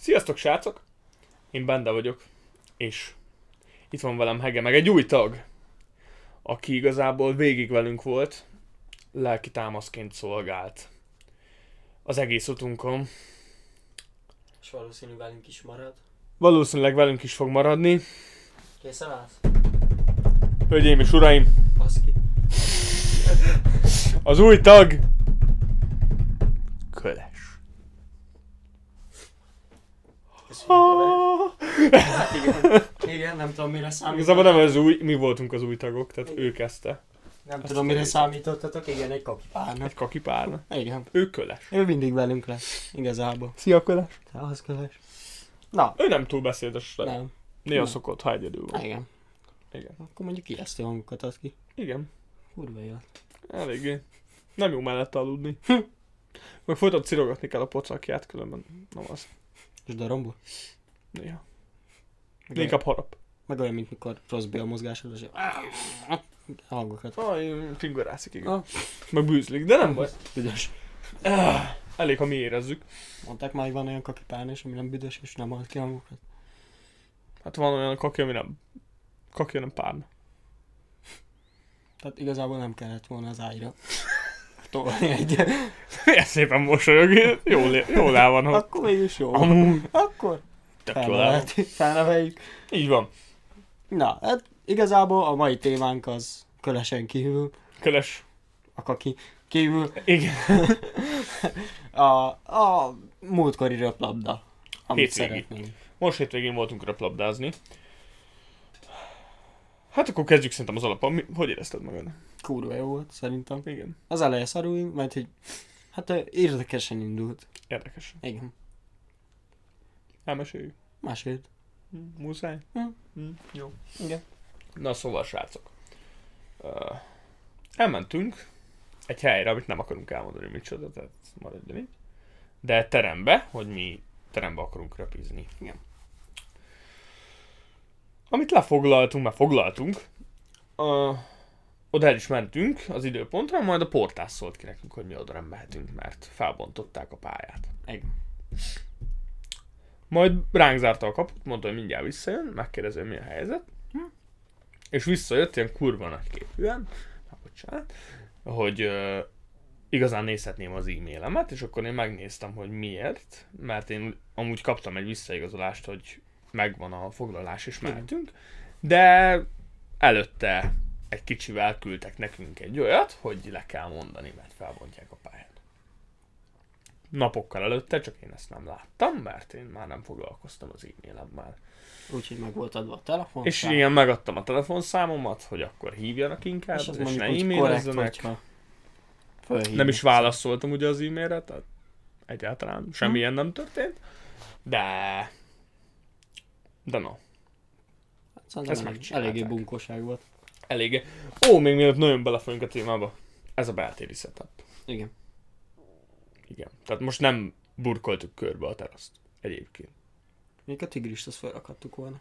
Sziasztok, srácok! Én Bende vagyok, és itt van velem Hege, meg egy új tag, aki igazából végig velünk volt, lelki támaszként szolgált az egész utunkon. És valószínűleg velünk is marad. Valószínűleg velünk is fog maradni. Készen állsz? Hölgyeim és uraim, Baszki. az új tag... Köles. Hát igen, nem tudom mire számítottatok. Igazából nem az új, mi voltunk az új tagok, tehát ő kezdte. Nem tudom mire számítottatok, igen, egy kakipárna. Egy kakipárna. Igen. Ő Köles. Ő mindig velünk lesz, igazából. Szia, Köles. Te az köves. Na, Ő nem túl beszédes. nem. Néha Nem. szokott, ha egyedül van. Igen. Igen. Akkor mondjuk ijesztő hangokat ad ki. Igen. Kurva jó. Eléggé. Nem jó mellette aludni. Meg folyton cirogatni kell a pocakját, különben nem az. És daromból? Néha. Meg Inkább harap. Meg olyan, mint mikor rossz be a mozgásod, és hangokat. Fingorászik, igen. Ah. Meg bűzlik, de nem baj. Büdös. Elég, ha mi érezzük. Mondták már, hogy van olyan kakipárna is, ami nem büdös, és nem ad ki hangokat. Hát van olyan kaki, ami nem... Kaki, nem párna. Tehát igazából nem kellett volna az ágyra tolni egy. Milyen szépen mosolyog, jól el van, ha... Akkor mégis jó. Amúgy. Akkor Tök jól el van. felneveljük. Így van. Na, hát igazából a mai témánk az Kölesen kívül, Köles. a kaki kívül, Igen. a múltkori röplabda, amit Hétvégi. szeretnénk. Most hétvégén voltunk röplabdázni. Hát akkor kezdjük szerintem az alapon. Hogy érezted magad? Kurva jó volt, szerintem. Igen. Az eleje szarul, mert hogy hát érdekesen indult. Érdekes. Igen. Elmeséljük. Másért. Muszáj? Jó. Igen. Na szóval, srácok. Elmentünk egy helyre, amit nem akarunk elmondani, hogy micsoda, tehát maradjon így. De terembe, hogy mi terembe akarunk röpizni. Igen. Amit lefoglaltunk, mert foglaltunk, oda el is mentünk az időpontra, majd a portás szólt ki nekünk, hogy mi oda nem mehetünk, mert felbontották a pályát. Igen. Majd ránk zárta a kaput, mondta, hogy mindjárt visszajön, megkérdezi, hogy mi a helyzet. És visszajött ilyen kurva nagy képűen, bocsánat, hogy igazán nézhetném az e-mailemet, és akkor én megnéztem, hogy miért, mert én amúgy kaptam egy visszaigazolást, hogy megvan a foglalás és mehetünk, de előtte egy kicsivel küldtek nekünk egy olyat, hogy le kell mondani, mert felbontják a pályát. Napokkal előtte, csak én ezt nem láttam, mert én már nem foglalkoztam az e-mailemmel. Úgyhogy meg volt adva a telefon. És igen, megadtam a telefonszámomat, hogy akkor hívjanak inkább, és, az és mondjuk ne úgy e-mailezzenek. korrekt, hogyha fölhívnak. Nem is válaszoltam ugye az e-mailre, tehát egyáltalán semmilyen nem történt. De no, Szerintem ezt megcsinálták. eléggé bunkóság volt. eléggé. Még mielőtt nagyon belefolyunk a témába, ez a beltéri setup. Igen. Igen, tehát most nem burkoltuk körbe a teraszt egyébként. Még a tigrist azt felrakadtuk volna.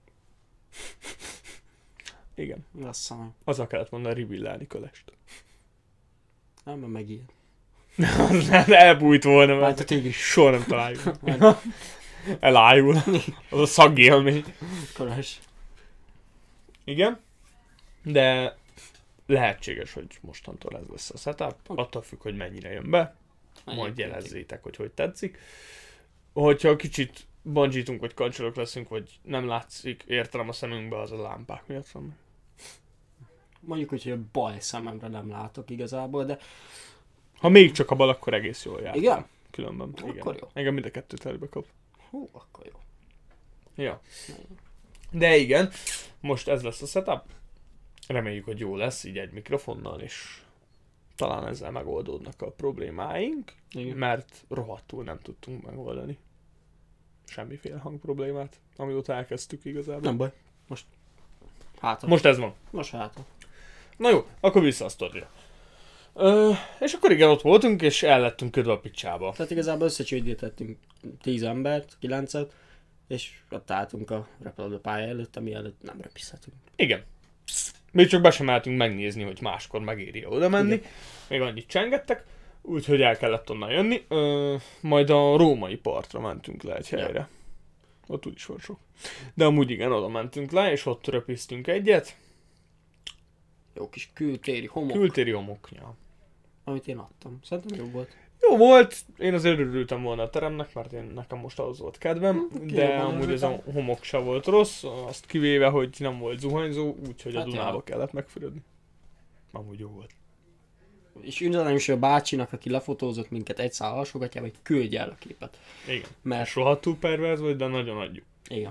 Igen, Azt hiszem, azzal kellett volna rivillálni Kölest. nem, mert megijed. Elbújt volna, Majd mert a tigris. soha nem találjuk. Elájul. Az a szagélmény. Kolos. Igen, de lehetséges, hogy mostantól ez lesz a setup. Attól függ, hogy mennyire jön be. Majd jelezzétek, hogy tetszik. Hogyha kicsit bungee-tunk, vagy kancsolok leszünk, vagy nem látszik értelem a szemünkbe, az a lámpák miatt van. Mondjuk úgy, hogy a bal szememre nem látok igazából, de Ha még csak a bal, akkor egész jól jár. igen? Különben. Akkor Igen. jó. Engem mind a kettőt előbe kap. Hú, akkor jó. Ja. De igen, most ez lesz a setup. Reméljük, hogy jó lesz, így egy mikrofonnal, és talán ezzel megoldódnak a problémáink, Igen. mert rohadtul nem tudtunk megoldani semmiféle hangproblémát, amióta elkezdtük igazából. Nem baj. Most hátra. Most ez van. Most hátra. Na jó, akkor vissza a sztorira. És akkor igen, ott voltunk, és el lettünk ködve a picsába. Tehát igazából összecsődítettünk 10 embert, 9-et, és ott álltunk a repülő pálya előtt, ami előtt nem repizhetünk. Igen. Még csak be sem mehetünk megnézni, hogy máskor megéri oda menni. Még annyit csengettek. Úgyhogy el kellett onnan jönni. Majd a római partra mentünk le egy helyre. Ott úgyis volt sok. De amúgy igen, oda mentünk le, és ott röpiztünk egyet. Jó kis kültéri homok, Kültéri homoknya. amit én adtam. Szerintem jó volt. Jó volt, én azért örültem volna a teremnek, mert nekem most ahhoz volt kedvem, de van, amúgy ez a homok se volt rossz, azt kivéve, hogy nem volt zuhanyzó, úgyhogy a Hát Dunába ja. kellett megfürödni. Amúgy jó volt. És üzenem is a bácsinak, aki lefotózott minket egy szál alsógatjába, hogy küldje el a képet. Igen. Mert Rohadtul perverz vagy, de nagyon adjuk. igen.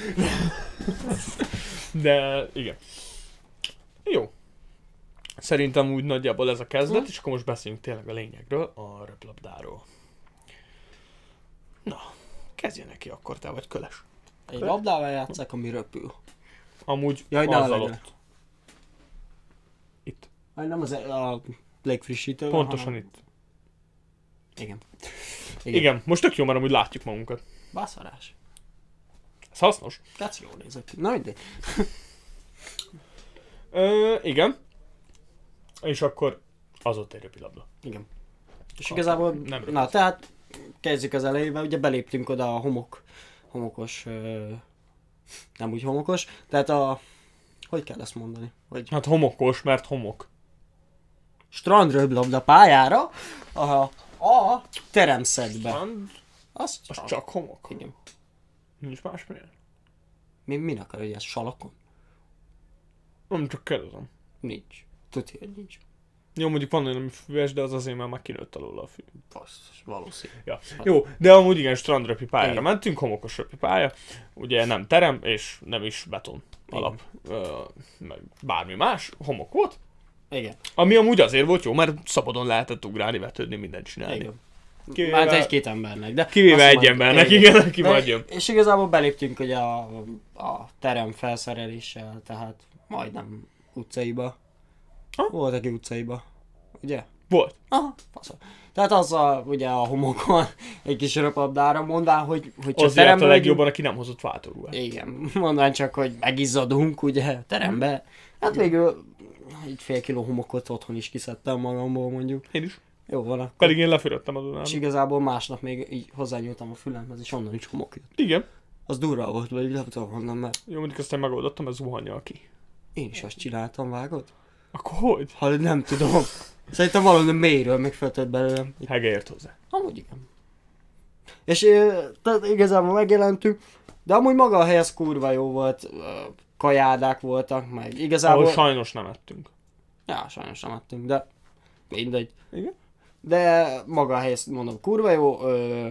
De igen. Jó. Szerintem úgy nagyjából ez a kezdet, és akkor most beszéljünk tényleg a lényegről, a röplabdáról. Na, kezdje neki akkor, te vagy köles. Egy labdával játszák, ami röpül. Amúgy Jaj, ne azzal legyen. ott. Itt. Nem az a légfrissítő. Pontosan hanem... itt. Igen. Igen, most tök jó, mert amúgy látjuk magunkat. Baszarás. Ez hasznos. Tehát jól nézek ki. Na mindegy. Igen. És akkor az ott egy röpilabda. Igen. És igazából, nem röpül. na tehát kezdjük az elejével, ugye beléptünk oda a homokos, nem úgy homokos, tehát a, hogy kell ezt mondani? Hogy Hát homokos, mert homok. strandröplabda pályára a teremszedbe. Strand, Az az csak. csak homok. Igen. Nincs másmilyen. Min akar, hogy ez salakon? Nem csak kérdezem. Nincs. Tudja, hogy nincs. Jó, mondjuk van olyan, ami füves, de az azért már kinőtt alól a fű. Basszus, valószínű. Ja. Jó, de amúgy igen, strandröpi pályára Igen. mentünk, homokos röpi pálya. Ugye nem terem, és nem is beton Igen. alap. Meg bármi más, homok volt. Igen. Ami amúgy azért volt jó, mert szabadon lehetett ugrálni, vetődni, mindent csinálni. Igen. Kivéve- Már egy-két embernek, de... Kivéve azt egy mondom, embernek, igen, aki majd jön. És igazából beléptünk ugye a terem felszereléssel, tehát majdnem utcaiba. Ha? Volt, aki utcaiba. Ugye? Volt. Aha, faszom. Tehát azzal ugye a homokon egy kis röplabdára mondván, hogy csak Az terembe a legjobban, aki nem hozott váltóruhát. Igen, mondván csak, hogy megizzadunk ugye terembe. Hát végül egy fél kiló homokot otthon is kiszedtem magamból mondjuk. Én is. Jó van, akkor. Pedig én lefürödtem a És Dunán. igazából másnap még így hozzányúltam a fülemhez, és onnan is homok jött. Igen. Az durva volt, vagy nem tudom honnan, mert Jó, mondjuk aztán megoldottam, ez zuhanyjal ki. én is azt csináltam, vágod? Akkor hogy? Ha nem tudom. Szerintem valami mélyről megfeltett belőlem. Hege ért hozzá. Amúgy igen. És tehát igazából megjelentünk, de amúgy maga a hely az kurva jó volt, kajádák voltak, meg igazából... Ahol sajnos nem ettünk. Ja, sajnos nem ettünk, de mindegy. Igen? De maga a hely, mondom, kurva jó.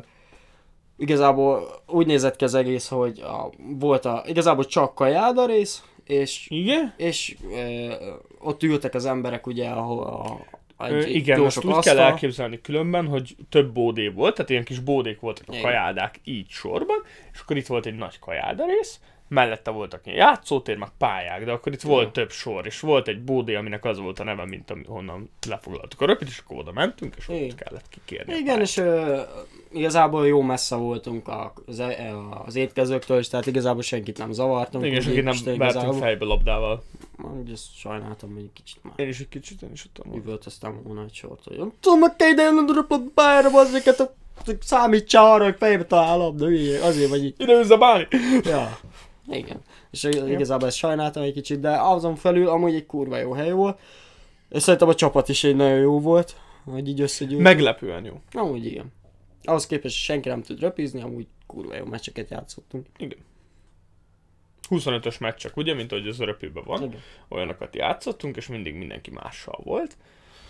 Igazából úgy nézett ki az egész, hogy igazából csak kajáda rész, Igen? és ott ültek az emberek ugye, ahol Igen, jó most sok úgy asztal. kell elképzelni különben, hogy több bódé volt, tehát ilyen kis bódék voltak a Igen. kajádák így sorban, és akkor itt volt egy nagy kajáda rész, mellette voltak ilyen játszótér, meg pályák, de akkor itt volt több sor, és volt egy bódé, aminek az volt a neve, mint honnan lefoglaltuk a röpit, és akkor oda mentünk, és Igen. ott kellett kikérni. a Igen, pályát. és igazából jó messze voltunk az étkezőktől, és tehát igazából senkit nem zavartunk. Igen, és úgy akit nem Isten vertünk igazából. fejbe labdával. Úgy ezt sajnáltam, hogy egy kicsit már Én is egy kicsit, én is tudtam. üvöltöztem volna egy sort, hogy nem tudom, meg kell ide jönnöd a röplabdára, bazziket, számítsa arra, hogy fejbe talál a labda, hülyé, azért vagy így. Ide üzzebálni! Ja, igen. És igazából ezt sajnáltam egy kicsit, de azon felül amúgy egy kurva jó hely volt. És szerintem a csapat is egy nagyon jó volt, hogy így összegyűlt. Meglepően jó. Amúgy igen. Ahhoz képest senki nem tud röpizni, amúgy kurva jó meccseket játszottunk. Igen. 25-ös meccsek, ugye, mint ahogy az röpülben van. Igen. Olyanokat játszottunk, és mindig mindenki mással volt.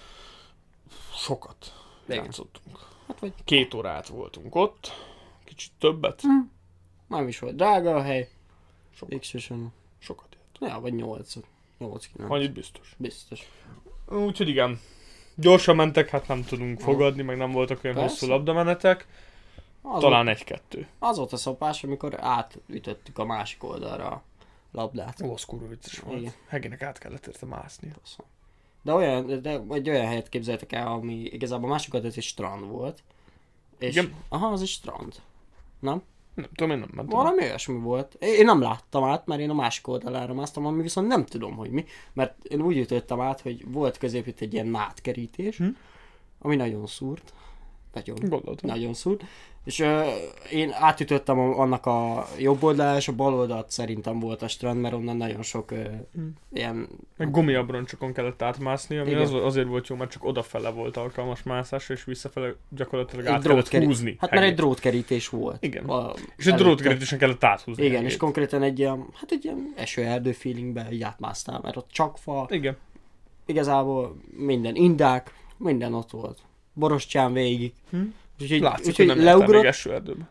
Sokat Igen. játszottunk. Hát vagy 2 órát voltunk ott, kicsit többet, nem is volt drága a hely. Sokat. Végsősorban. sokat jött. Ja, vagy 8-9. Annyit biztos. Biztos. Úgyhogy igen, gyorsan mentek, hát nem tudunk fogadni, meg nem voltak olyan Persze. hosszú labdamenetek. Az Talán volt, 1-2. az volt a szopás, amikor átütöttük a másik oldalra a labdát. Ó, az kurva vicces volt. Igen. Hegének át kellett érte mászni. De egy olyan helyet képzeltek el, ami igazából másokat ez egy strand volt. És, Igen. aha, az egy strand. Nem? Nem tudom, én nem mentem. Valami olyasmi volt. Én nem láttam át, mert én a másik oldalára másztam, ami viszont nem tudom, hogy mi. Mert én úgy ütöttem át, hogy volt középült egy ilyen nátkerítés, ami nagyon szúrt. Gondoltam. Nagyon szúrt. És én átütöttem annak a jobb oldalát, és a bal oldalt szerintem volt a strand, mert onnan nagyon sok ilyen... Meg gumiabroncsokon kellett átmászni, ami Igen. azért volt jó, mert csak odafele volt alkalmas mászásra, és visszafele gyakorlatilag Egy át kellett drótkerít- húzni. Hát mert egy drótkerítés volt. Igen. És egy előtte. drótkerítésen kellett áthúzni. Igen, hegyét. és konkrétan egy ilyen esőerdő feelingbe így átmásztál, mert ott csak fa, Igen. igazából minden indák, minden ott volt. Borostyán végig. Úgyhogy, Látszik, hogy úgyhogy nem jártál még leugrott. esőerdőbe.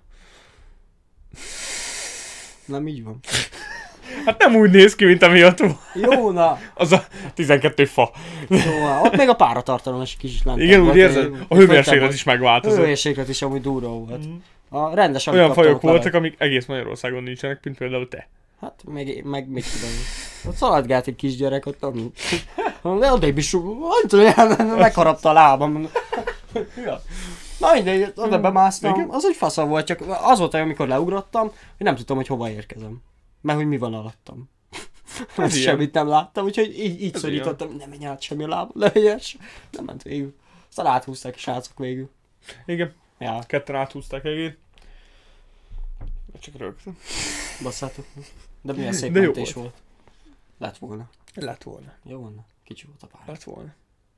Nem így van. Hát nem úgy néz ki, mint ami ott volt. Jó, na. Az a 12 fa. Jó, na. Ott még a páratartalom is kicsit lentebb Igen, volt. úgy érzed? A hőmérséklet is A megváltozott. hőmérséklet is amúgy durva volt. A rendes Olyan fajok helikopterok voltak, amik egész Magyarországon nincsenek, mint például te. Hát, meg mit tudom. Ott szaladgált egy kisgyerek, ott nem. De odébb is, hogy tudom, megharapta a lábam. Ja. Na mindegy, oda bemásztam, az úgy fasza volt, csak az volt olyan, amikor leugrottam, hogy nem tudtam, hogy hova érkezem. Mert hogy mi van alattam. Ez ilyen. Semmit nem láttam, úgyhogy így Ez szorítottam, nem menj át semmi a lábam, ne menj át, nem ment végül. Aztán áthúzták a srácok végül. Igen, Ja, ketten áthúzták egét. Csak rögtön. basszátok. De milyen szép De jó mentés volt. volt. Lett volna. Lett volna. Jó volna. Kicsi volt a pár. Lett volna.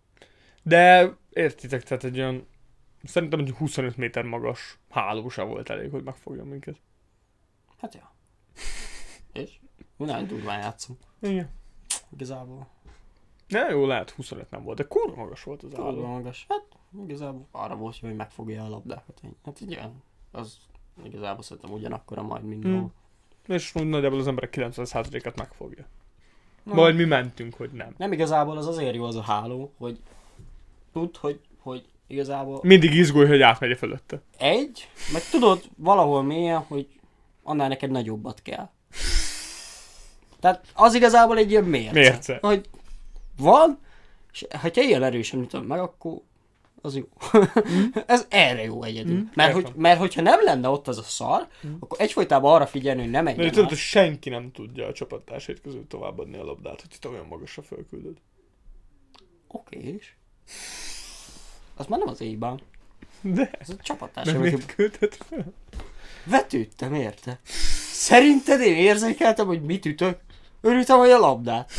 De értitek, tehát egy olyan, szerintem egy 25 méter magas hálósa volt elég, hogy megfogjon minket. Hát ja. És? Mi nagyon durván játszunk. Igen. Igazából. Ne, jó, lehet 25 nem volt, de kurva magas volt az Durva álló. magas. Hát igazából arra volt, hogy megfogja a labdákat. Hát igen. Az igazából szerintem ugyanakkora majd mindenhol. És úgy nagyjából az emberek 90%-át megfogja. Na, Majd mi mentünk, hogy nem. nem igazából az azért jó az a háló, hogy tud, hogy igazából Mindig izgulj, hogy átmegye fölötte. meg tudod valahol mélyen, hogy annál neked nagyobbat kell. Tehát az igazából egy ilyen Mérce. Hogy van, és ha te ilyen erősen ütöm meg, akkor az jó. Ez erre jó egyedül. értem. Mert hogyha nem lenne ott az a szar, akkor egyfolytában arra figyelni, hogy nem De menjen tudod, át. hogy senki nem tudja a csapattársait közül továbbadni a labdát, hogy te olyan magasra fölküldöd. Oké, és? Az már nem az éjban. De, Ez a csapattárs. de miért küldted fel? Vetődtem, érte? Szerinted én érzékeltem, hogy mit ütök? Örültem, hogy a labdát.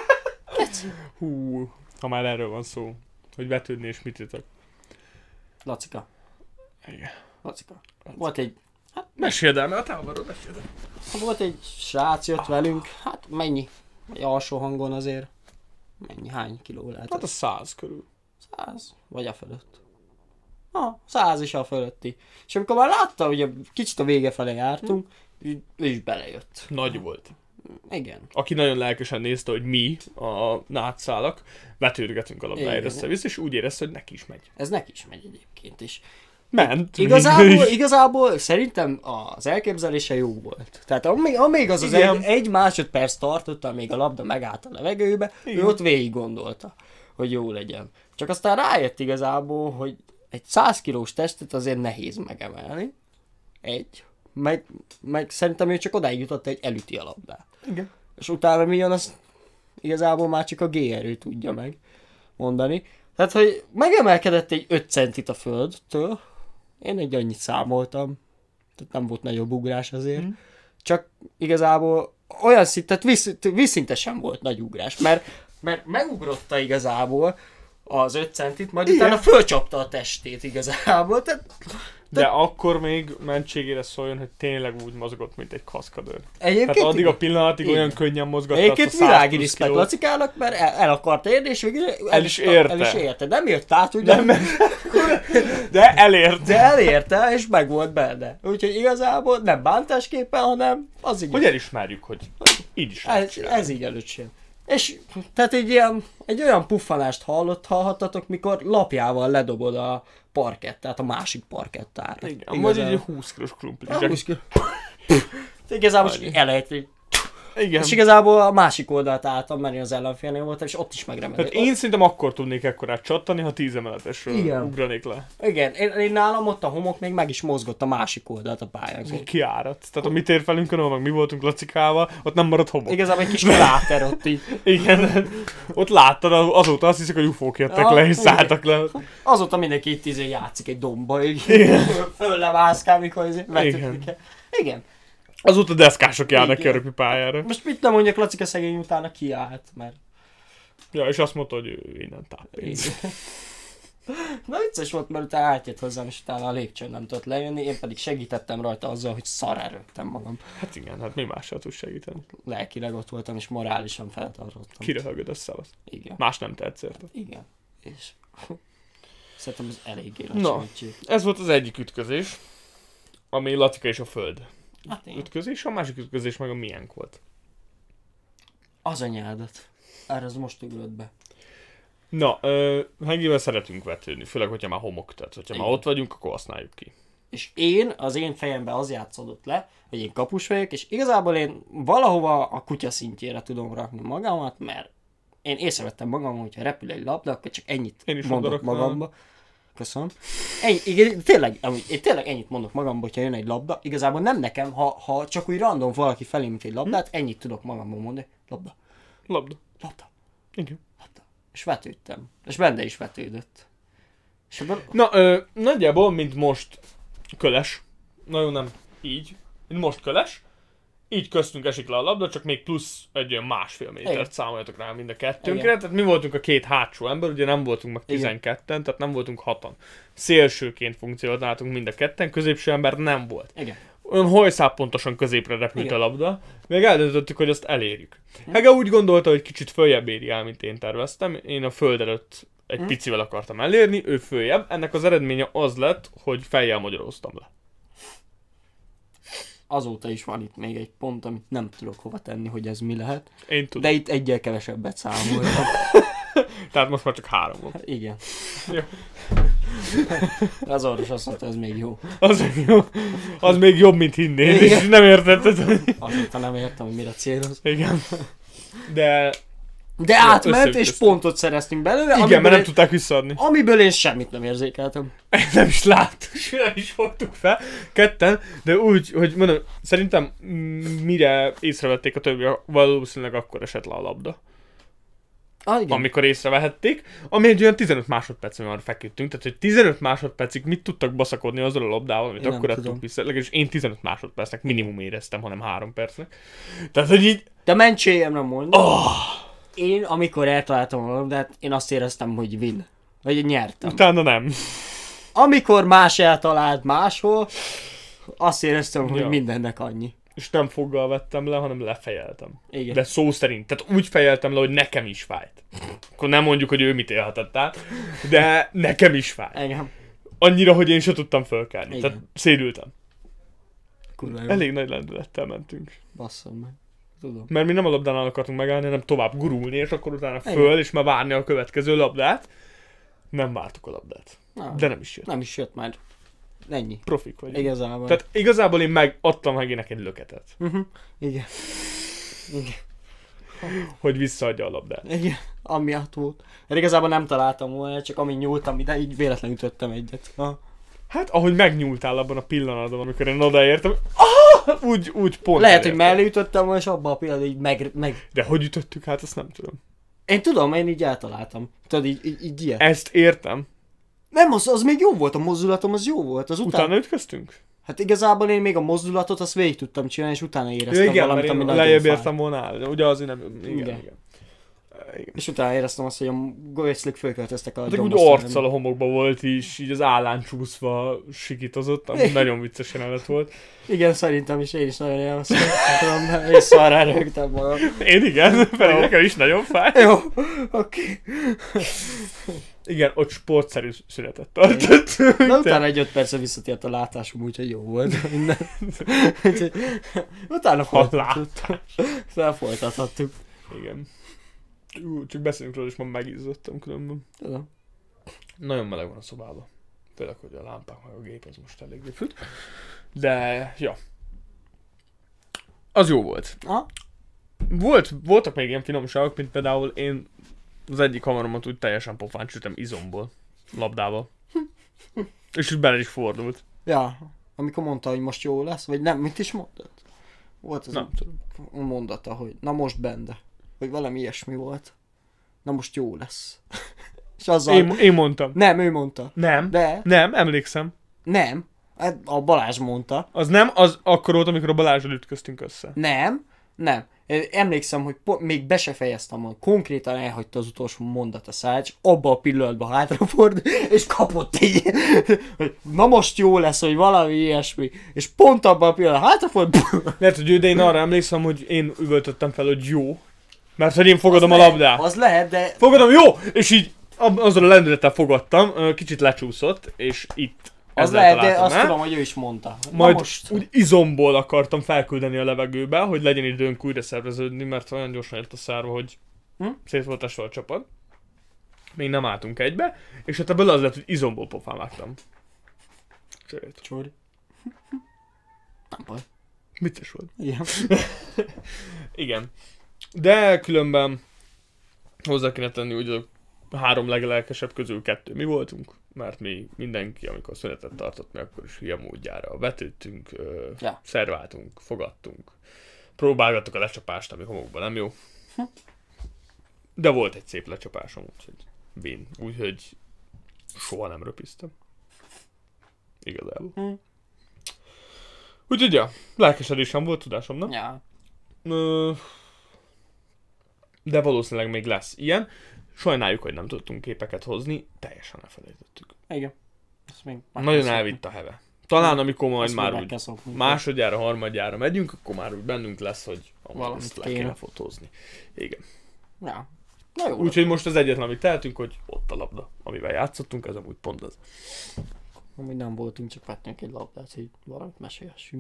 Hú, ha már erről van szó, hogy vetődni és mit jutok. Lacika, Igen. Lacika. Volt egy Meséld el, mert a távolról meséld el. Volt egy srác, jött velünk, hát mennyi? Egy alsó hangon azért. Mennyi, hány kiló lehet? Hát a 100 körül. 100? Vagy a fölött? 100 is a fölötti. És amikor már látta, hogy kicsit a vége fele jártunk, ő is belejött. Nagy volt. Igen. Aki nagyon lelkesen nézte, hogy mi, a nátszálak, vetődgetünk a labdáért Igen. össze-vissza, és úgy érezte, hogy neki is megy. Ez neki is megy egyébként is. Ment. Igazából szerintem az elképzelése jó volt. Tehát amíg az Igen. egy másodperc tartott, amíg a labda megállt a levegőbe, Igen. ő ott végig gondolta, hogy jó legyen. Csak aztán rájött igazából, hogy egy 100 kilós testet azért nehéz megemelni. Meg szerintem ő csak odáig jutott, hogy elüti a labdát. Igen. És utána mi jön, azt igazából már csak a G-erő tudja meg mondani. Tehát, hogy megemelkedett egy 5 centit a földtől, én egy annyit számoltam, tehát nem volt nagyobb ugrás azért, csak igazából olyan szint, tehát vízszintesen volt nagy ugrás, mert megugrotta igazából az 5 centit, majd utána fölcsapta a testét igazából, tehát De akkor még mentségére szóljon, hogy tényleg úgy mozgott, mint egy kaszkadőr. egyébként Tehát addig a pillanatig Igen. olyan könnyen mozgatta egyébként azt a 100 világi plusz respekt kilót. Lacikának, mert el akart érni, és végül El is érte. El is érte. Nem jött át, ugye? De elért. De elérte, és meg volt benne. Úgyhogy igazából nem bántásképpen, hanem az így. Hogy elismerjük, hogy így is lehet csinálni. Ez így előcsén. És tehát egy olyan puffanást hallhattatok, mikor lapjával ledobod a parkett, tehát a másik parkettára. Igen, vagy egy 20 kilós krumpli. Igazából csak elejt, Igen. És igazából a másik oldalt álltam, mert én az ellenfélnél voltam, és ott is megremegett. Tehát én szerintem akkor tudnék ekkorát csattani, ha 10 emeletesről Igen. ugranék le. Igen, én nálam ott a homok még meg is mozgott a másik oldalt a pályán. Kiárat. Tehát a mi térfelünkön, ahol meg mi voltunk Lacikával, ott nem maradt homok. Igazából egy kis kráter ott így. Igen, ott láttad, azóta azt hiszik, hogy ufók jöttek le és szálltak le. Azóta mindenki itt játszik egy domba, így föl lemászkál, mikor vetődik el. Igen. Azóta deszkások járnak ki a Igen. röpi pályára. Most mit nem mondjak, Lacika szegény utána kiállt, mert... Ja, és azt mondta, hogy ő innen táppénz. Na vicces volt, mert utána átjött hozzám, és utána a lépcsőn nem tudott lejönni, én pedig segítettem rajta azzal, hogy szarrá rögtem magam. Hát igen, hát mi mással tudsz segíteni. Lelkileg ott voltam, és morálisan feltartottam. Kiröhögöd a szavazt. Igen. Más nem tehetsz érte. Igen. És... Szerintem ez eléggé nagy Na. segítség. Ez volt az egyik ütközés, ami Latika és a Föld Hát én. ütközés, a másik ütközés meg a miénk volt. Az anyádat. Erre az most ugrott be. Na, Hengivel szeretünk vetődni, főleg, hogyha már homok, tehát hogyha már Igen. ott vagyunk, akkor használjuk ki. És az én fejemben az játszódott le, hogy én kapus vagyok, és igazából én valahova a kutya szintjére tudom rakni magamat, mert én észrevettem magam, hogyha repül egy labda, akkor csak ennyit Én is mondok odaraknám. magamba. Köszönöm. Igen, tényleg, én tényleg ennyit mondok magamba, hogyha jön egy labda. Igazából nem nekem, ha csak úgy random valaki felé, mint egy labdát, ennyit tudok magamban mondani. Labda, Labda. labda, Igen. labda. És vetődtem. És benne is vetődött. És ebből... Na, nagyjából, mint most köles. Nagyon nem így. Mint most köles. Így köztünk esik le a labda, csak még plusz egy olyan 1,5 métert Igen. számoljatok rá mind a kettőnkre. Igen. Tehát mi voltunk a két hátsó ember, ugye nem voltunk meg Igen. 12-en, tehát nem voltunk 6-an. Szélsőként funkcionáltunk mind a ketten, középső ember nem volt. Igen. Olyan hajszál pontosan középre repült Igen. a labda, még eldöntöttük, hogy azt elérjük. Hege úgy gondolta, hogy kicsit följebb éri el, mint én terveztem. Én a föld előtt egy picivel akartam elérni, ő följebb. Ennek az eredménye az lett, hogy fejjel magyaróztam le. Azóta is van itt még egy pont, amit nem tudok hova tenni, hogy ez mi lehet. Én tudom. De itt egyel kevesebbet számoltam. Tehát most már csak 3 volt. Igen. Jó. Az orvos azt mondta, ez még jó. Az még jó. Az még jobb, mint hinnéd, Igen. és nem értetted. Azóta nem értem, hogy mire céloz. Igen. De De átment, és összeütköztünk. pontot szereztünk belőle, igen, mert nem tudták visszaadni. amiből én semmit nem érzékeltem. Nem is láttuk, és nem is fogtuk fel, ketten, de úgy, hogy mondom, szerintem mire észrevették a többi, valószínűleg akkor esett le a labda. Igen. Amikor észrevehették, ami egy olyan 15 másodperc, amikor feküdtünk, tehát hogy 15 másodpercig mit tudtak baszakodni azzal a labdával, amit Én nem akkor tudom. adtunk vissza, legalábbis én 15 másodpercnek minimum éreztem, hanem 3 percnek. Tehát, hogy így, De mentségem nem mondom. Én, amikor eltaláltam a labdát, én azt éreztem, hogy win. Vagy nyertem. utána nem. Amikor más eltalált máshol, azt éreztem, hogy Ja. mindennek annyi. És nem foggal vettem le, hanem lefejeltem. Igen. De szó szerint. Tehát úgy fejeltem le, hogy nekem is fájt. Akkor nem mondjuk, hogy ő mit élhetett át, de nekem is fájt. Engem. Annyira, hogy én se tudtam fölkelni. Igen. Tehát szédültem. Kurva jó. Elég nagy lendülettel mentünk. Basszom meg. Tudom. Mert mi nem a labdánál akartunk megállni, hanem tovább gurulni, és akkor utána Igen. föl, és már várni a következő labdát. Nem vártuk a labdát. Na, De nem is jött. nem is jött már. Ennyi. Profik vagyunk. Igazából. Tehát igazából én megadtam Hegének egy löketet, Igen. Igen. hogy visszaadja a labdát. Igen. Amiatt volt. Mert igazából nem találtam volna, csak amint nyúltam ide, így véletlenül ütöttem egyet. Ha. Hát, ahogy megnyúltál abban a pillanatban, amikor én odaértem, úgy pont Lehet, hogy elértem. mellé ütöttem volna, és abban a pillanatban így meg... De hogy ütöttük, hát azt nem tudom. Én tudom, én így eltaláltam. Tudod, így ilyet. Ezt értem. Nem, az még jó volt, a mozdulatom az jó volt. Az Utána ütköztünk? Hát igazából én még a mozdulatot azt végig tudtam csinálni, és utána éreztem Ja, igen, valamit, mert ami én nagyon lejjebb fáj. értem volna állni. Ugye azért nem... Igen, Igen. igen. És utána éreztem azt, hogy a golyszlik fölköltöztek a De úgy gyombosztályra. arccal a homokba volt is, így az állán csúszva sikítozott, ami nagyon vicces jelenet volt. Igen, szerintem is, én is nagyon élveztem. Tudom, és szarrá rögtem magam. Én igen, pedig nekem is nagyon fáj. Jó, oké. Igen, ott sportszerű szünetet tartott. Na utána egy 5 percre visszatért a látásom, úgyhogy jó volt minden. Úgyhogy utána folytathattuk. Igen. Csak beszélünk róla, és már megizzadtam különben. Tudom. Nagyon meleg van a szobában. Főleg, hogy a lámpák meg a gép, ez most eléggé füt. De, ja. Az jó volt. Ha? voltak még ilyen finomságok, mint például én az egyik haveromat úgy teljesen pofán csütem izomból, labdával. És úgy bele is fordult. Ja, amikor mondta, hogy most jó lesz, vagy nem, mit is mondtad? Volt az Nem tudom. mondata, hogy na most bende. Vagy valami ilyesmi volt. Na most jó lesz. És azzal... Én mondtam. Nem, ő mondta. Nem. De? Nem, emlékszem. Nem. Hát a Balázs mondta. Az nem, az akkor volt, amikor a Balázsral ütköztünk össze. Nem. Én emlékszem, hogy még be se fejeztem, hogy konkrétan elhagyta az utolsó mondat a száj, és abba a pillanatban hátraford, és kapott egy, hogy na most jó lesz, hogy valami ilyesmi, és pont abban a pillanatban hátraford. Lehet, hogy de én arra emlékszem, hogy én üvöltöttem fel, hogy jó. Mert hogy én fogadom a labdát. Az lehet, de... Fogadom, jó! És így azzal a lendülettel fogadtam, kicsit lecsúszott, és itt Az lehet, de azt tudom, hogy ő is mondta. Majd most... úgy izomból akartam felküldeni a levegőbe, hogy legyen időnk újra szerveződni, mert olyan gyorsan jött a szárva, hogy szét volt esve a csapat. Még nem álltunk egybe, és hát ebből az lett, hogy izomból pofán vágtam. Csori. Nem baj. Vicces volt. Igen. Igen. De különben hozzá kéne tenni, hogy a 3 leglelkesebb közül 2 mi voltunk, mert mi mindenki, amikor szünetet tartott, mi akkor is hülye módjára vetődtünk, szerváltunk, fogadtunk, próbálgattuk a lecsapást, ami homokban nem jó. De volt egy szép lecsapásom, úgyhogy soha nem röpiztem. Igazából. Úgyhogy ja, lelkesedésem volt, tudásom, nem? Ja. De valószínűleg még lesz ilyen. Sajnáljuk, hogy nem tudtunk képeket hozni, teljesen elfelejtettük. Igen. Nagyon elvitt a heve. Talán amikor majd már úgy másodjára, harmadjára megyünk, akkor már úgy bennünk lesz, hogy ezt le kéne fotózni. Igen. Ja. Úgyhogy most az egyetlen, amit tehetünk, hogy ott a labda, amivel játszottunk, ez amúgy pont az. Amúgy nem voltunk, csak vettünk egy labdát, hogy valamit mesélhessünk.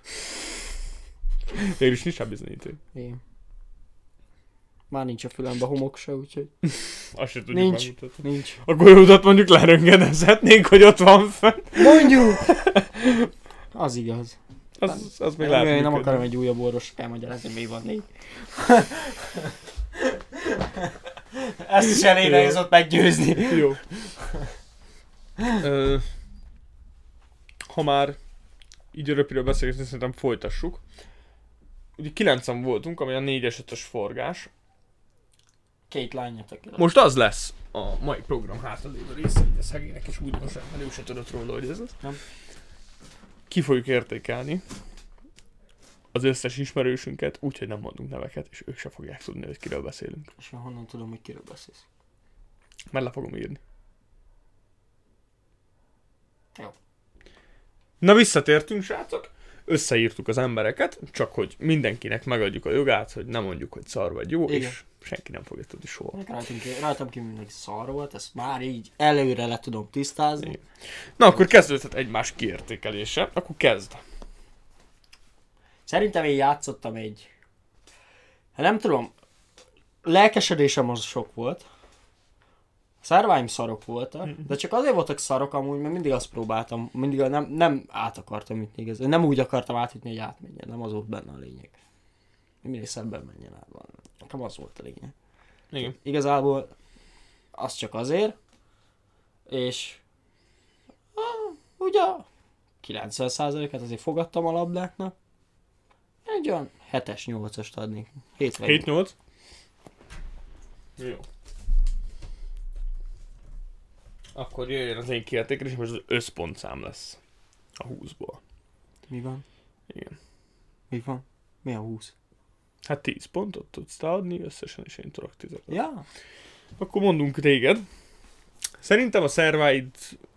Végülis nincs rá bizonyíték. Igen. Már nincs a fülembe homok se, úgyhogy... Azt se tudjuk megmutatni. Nincs. A golyódat mondjuk leröntgenezhetnénk, hogy ott van fenn. Mondjuk! Az igaz. Az még lehet működni. Nem akarom egy újabb orvosok elmagyarázni, mi van négy. Ezt is elég nehéz ott meggyőzni. Jó. Ha már így röpiről beszélgetni, szerintem folytassuk. Ugye 9-en voltunk, ami a 4-5-ös forgás. 2 lányatok. Most az lesz a mai program hátralévő része, hogy a szegénynek is úgy most ő se tudott róla, hogy ez az. Nem. Ki fogjuk értékelni az összes ismerősünket, úgyhogy nem mondunk neveket, és ők se fogják tudni, hogy kiről beszélünk. És honnan tudom, hogy kiről beszélsz? Mert le fogom írni. Jó. Na visszatértünk, srácok. Összeírtuk az embereket, csak hogy mindenkinek megadjuk a jogát, hogy nem mondjuk, hogy szar vagy jó, igen. És senki nem fogja tudni soha. Rajtam ki mindenki szar volt, ezt már így előre le tudom tisztázni. Igen. Na akkor kezdődhet egymás kiértékelése, akkor kezd. Szerintem én játszottam egy... nem tudom, lelkesedésem az sok volt. Szerváim szarok voltak, de csak azért voltak szarok amúgy, mert mindig azt próbáltam, mindig nem át akartam ütni igazán. Nem úgy akartam átütni, hogy átmenjen, nem az volt benne a lényeg. Mindig szemben menjen át. Nekem az volt a lényeg. Igen. Igazából az csak azért, és ugye 90%-et azért fogadtam a labdáknak. Egy olyan 7-es, 8-ast adnék. 7-8? Jó. Akkor jöjjön az én kiértékelésem, és az összpontszám lesz a 20-ból. Mi van? Igen. Mi van? Mi a 20? Hát 10 pontot tudsz te adni, összesen is én tudok 10. Ja. Akkor mondunk téged. Szerintem a szerváid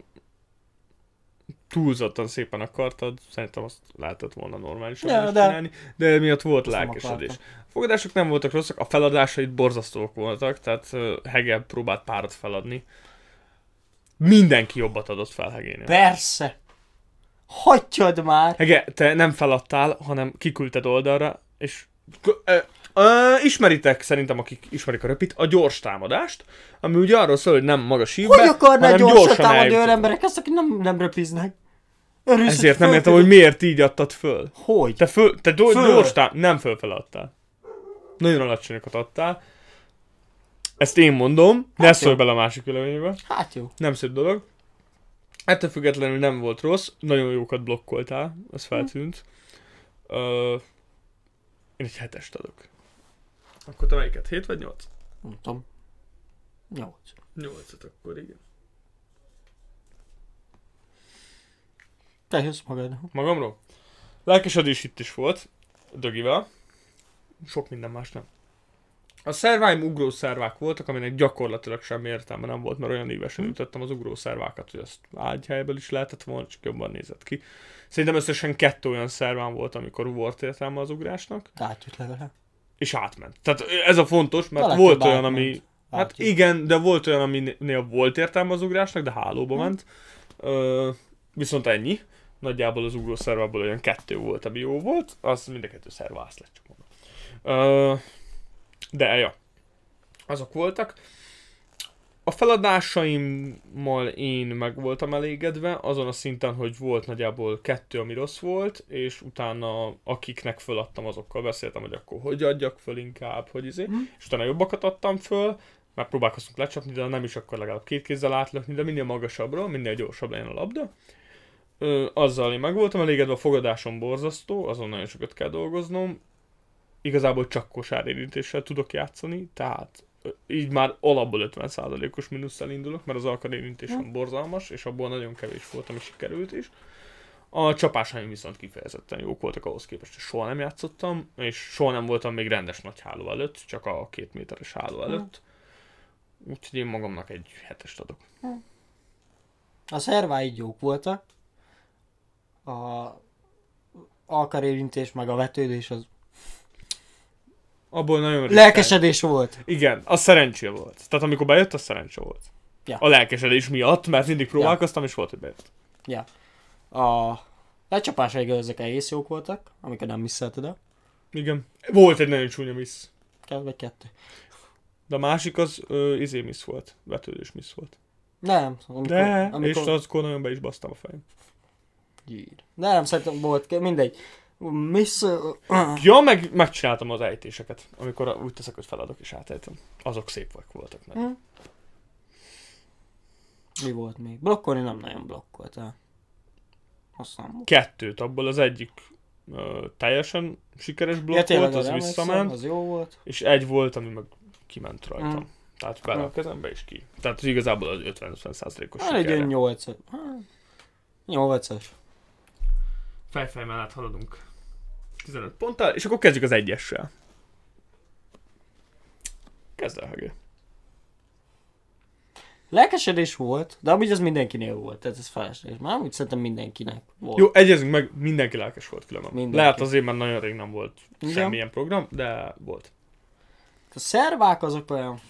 túlzottan szépen akartad, szerintem azt lehetett volna normálisan csinálni, de miatt volt lelkesedés. A fogadások nem voltak rosszak, a feladásaid borzasztóak voltak, tehát Hege próbált párat feladni. Mindenki jobbat adott fel Hegénél. Persze! Hagyjad már! Hege, te nem feladtál, hanem kiküldted oldalra, és ismeritek szerintem, akik ismerik a röpit, a gyors támadást, ami ugye arról szól, hogy nem magas ívbe, hogy akarnál gyorsan támadni olyan emberek, azt, akik nem röpiznek? Ezért nem értem, hogy miért így adtad föl. Hogy? Te gyors nem fölfele adtál. Nagyon alacsonyakat adtál. Ezt én mondom, ne szólj bele a másik véleménybe. Hát jó. Nem szép dolog. Ettől függetlenül nem volt rossz, nagyon jókat blokkoltál, ez feltűnt. Én egy 7-est adok. Akkor te melyiket? 7 vagy 8? Nem tudom. 8. 8-at akkor, igen. Te jössz magad. Magamról? Lelkesedés itt is volt, Dögivel. Sok minden más nem. A szerváim ugrószervák voltak, aminek gyakorlatilag semmi értelme nem volt, mert olyan évesen ütöttem az ugrószervákat, hogy azt ágyhelyből is lehetett volna, csak jobban nézett ki. Szerintem összesen 2 olyan szervám volt, amikor volt értelme az ugrásnak. Átjött legalább. És átment. Tehát ez a fontos, mert Valaki volt olyan, átment. ami... Hát Átjött. igen, de volt olyan, aminél volt értelme az ugrásnak, de hálóba ment. Viszont ennyi. Nagyjából az ugrószervából olyan 2 volt, ami jó volt. Az mind a 2 szervász lett, csak mondom. De ja. Azok voltak. A feladásaimmal én meg voltam elégedve, azon a szinten, hogy volt nagyjából 2, ami rossz volt, és utána akiknek föladtam, azokkal beszéltem, hogy akkor hogy adjak föl inkább, hogy és utána jobbakat adtam föl, mert próbálkoztunk lecsapni, de nem is akkor legalább 2 kézzel átlökni, de minél magasabbról, minél gyorsabb legyen a labda. Azzal én meg voltam elégedve, a fogadásom borzasztó, azon nagyon sokat kell dolgoznom. Igazából csak kosárérintéssel tudok játszani, tehát így már alapból 50%-os mínusszal indulok, mert az alkarérintésem borzalmas, és abból nagyon kevés volt, ami sikerült is. A csapásaim viszont kifejezetten jók voltak ahhoz képest, hogy soha nem játszottam, és soha nem voltam még rendes nagy háló előtt, csak a 2 méteres háló előtt. Úgyhogy én magamnak egy 7-est adok. A szerváid jók voltak. A alkarérintés meg a vetődés az Abból nagyon lelkesedés volt. Igen, az szerencsé volt. Tehát amikor bejött, az szerencsé volt. Ja. A lelkesedés miatt, mert mindig próbálkoztam, és volt, hogy bejött. Ja. A lecsapásaik ezek egész jók voltak, amikor nem misszelted el. Igen. Volt egy nagyon csúnya miss. Vagy 2. De a másik az miss volt. Vetődés miss volt. Nem. És azkor nagyon be is basztam a fejem. De nem, szerintem volt, mindegy. Miss... Ja, megcsináltam az ejtéseket, amikor úgy teszek, hogy feladok és átejtem. Azok szépek voltak meg. Mi volt még? Blokkolni nem nagyon blokkoltál. Aztán... 2, abból az egyik teljesen sikeres blokk volt, az visszament. Az jó volt. És egy volt, ami meg kiment rajtam. Tehát bele a kezembe is ki. Tehát igazából az 50-50%-os sikerre. Egy 8. 8-as. Fejfej mellett haladunk 15 ponttal, és akkor kezdjük az 1-essel. Kezd el, Hegé. Lelkesedés volt, de amúgy az mindenkinél volt, tehát ez felesleges. Már amúgy szerintem mindenkinek volt. Jó, egyezünk meg, mindenki lelkes volt különben. Mindenki. Lehet azért, mert nagyon rég nem volt Igen. semmilyen program, de volt. A szervák azok olyan...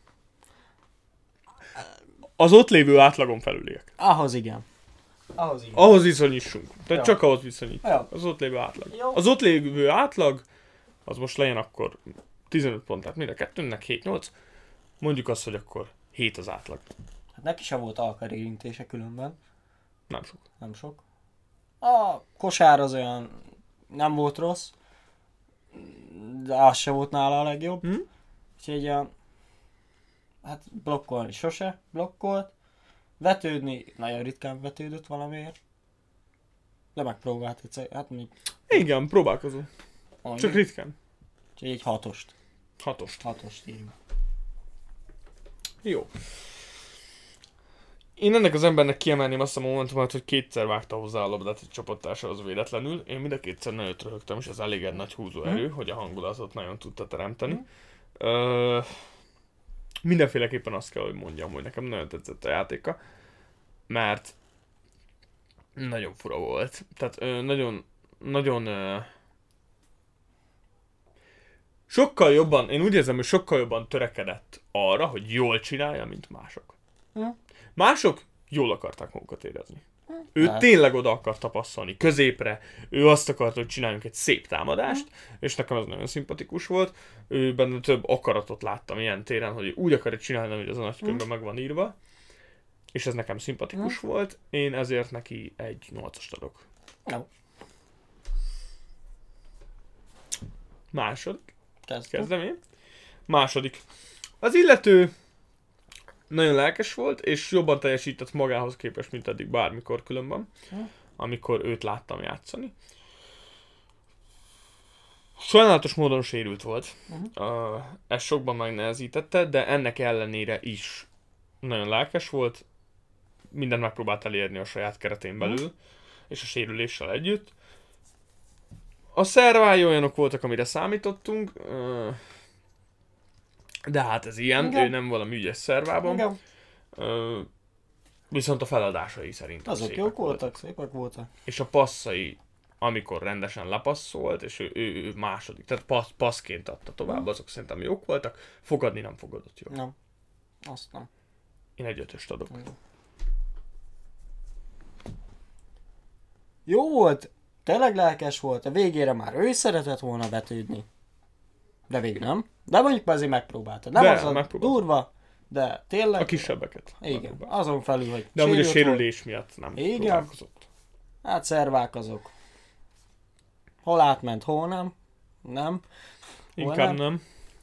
Az ott lévő átlagon felüliek. Ahhoz igen. Ahhoz viszonyítsunk. Tehát Ja. csak ahhoz viszonyít. Ja. Az ott lévő átlag. Jó. Az ott lévő átlag, az most legyen akkor 15 pont, tehát mind a kettőnek 7-8. Mondjuk azt, hogy akkor 7 az átlag. Hát neki sem volt alkarérintése különben. Nem sok. Nem sok. A kosár az olyan nem volt rossz, de az se volt nála a legjobb. Úgyhogy hát blokkolni sose blokkolt. Vetődni nagyon ritkán vetődött valamiért. De megpróbált egyszer, hát még... Igen, próbálkozom. Csak ritkán. Úgyhogy egy 6-ost. 6-ost. írjuk. Jó. Én ennek az embernek kiemelném azt a momentumot, hogy 2-szer vágta hozzá a labdát egy csapattársához véletlenül. Én mind a 2-szer nagyot röhögtem, és ez elég egy nagy húzóerő, hogy a hangulatot nagyon tudta teremteni. Mindenféleképpen azt kell, hogy mondjam, hogy nekem nagyon tetszett a játéka, mert nagyon fura volt. Tehát nagyon sokkal jobban, én úgy érzem, hogy sokkal jobban törekedett arra, hogy jól csinálja, mint mások. Mások jól akarták magukat érezni. Ő tényleg oda akarta passzolni középre, ő azt akarta, hogy csináljunk egy szép támadást, és nekem ez nagyon szimpatikus volt. Ő benne több akaratot láttam ilyen téren, hogy úgy akarja csinálni, hogy az a nagykönyvben meg van írva. És ez nekem szimpatikus volt, én ezért neki egy 8-ast adok. Jó. Második. Kezdem én. Második. Az illető nagyon lelkes volt, és jobban teljesített magához képest, mint eddig bármikor különben, amikor őt láttam játszani. Sajnálatos módon sérült volt. Ez sokban megnehezítette, de ennek ellenére is nagyon lelkes volt. Mindent megpróbált elérni a saját keretén belül, és a sérüléssel együtt. A szervái olyanok voltak, amire számítottunk, de hát ez ilyen, Igen. ő nem valami ügyes szervában. Igen. Viszont a feladásai szerintem Azok szépek jók voltak, szépek voltak. És a passzai, amikor rendesen lepasszolt, és ő második, tehát passzként adta tovább, azok szerintem jók voltak, fogadni nem fogadott jól. Nem. Azt nem. Én egy 5-öst adok. Jó volt, tényleg lelkes volt, a végére már ő szeretett volna betűdni. De végül nem. De mondjuk azért megpróbálta. Nem De, az a megpróbálta. durva, de tényleg... A kisebbeket. Igen, megpróbálta. azon felül, hogy De amúgy a sérült sérülés miatt nem Igen. próbálkozott. Hát szervák azok. Hol átment, hol nem. Nem. Hol Inkább nem.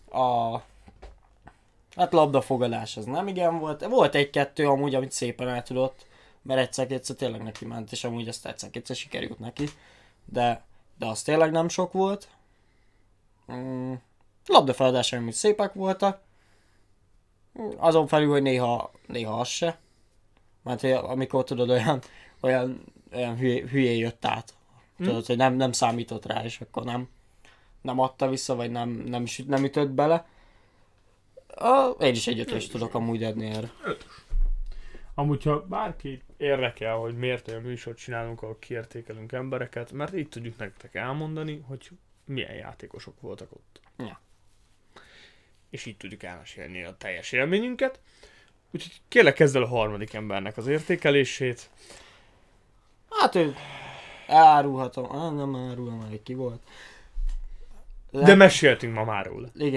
Hát labdafogadás az nem igen volt. Volt egy-kettő amúgy, amit szépen el tudott. Mert egyszer-kétszer tényleg neki ment, és amúgy ezt egyszer-kétszer sikerült neki. De az tényleg nem sok volt. Labdafeladásai amúgy szépek voltak. Azon felül, hogy néha az se. Mert hogy amikor tudod olyan hülyé jött át. Tudod, hogy nem számított rá, és akkor nem adta vissza, vagy nem ütött bele. Én is egy 5-öst tudok amúgy adni erre. 5-ös. Amúgy, ha bárki érdekel, hogy miért olyan műsort csinálunk, ahol kiértékelünk embereket, mert így tudjuk nektek elmondani, hogy milyen játékosok voltak ott. Ja. És így tudjuk elmesélni a teljes élményünket. Úgyhogy kérlek, kezd el a harmadik embernek az értékelését. Hát ő elárulhatom. Nem árulom, hogy ki volt. De meséltünk ma már róla. Igen.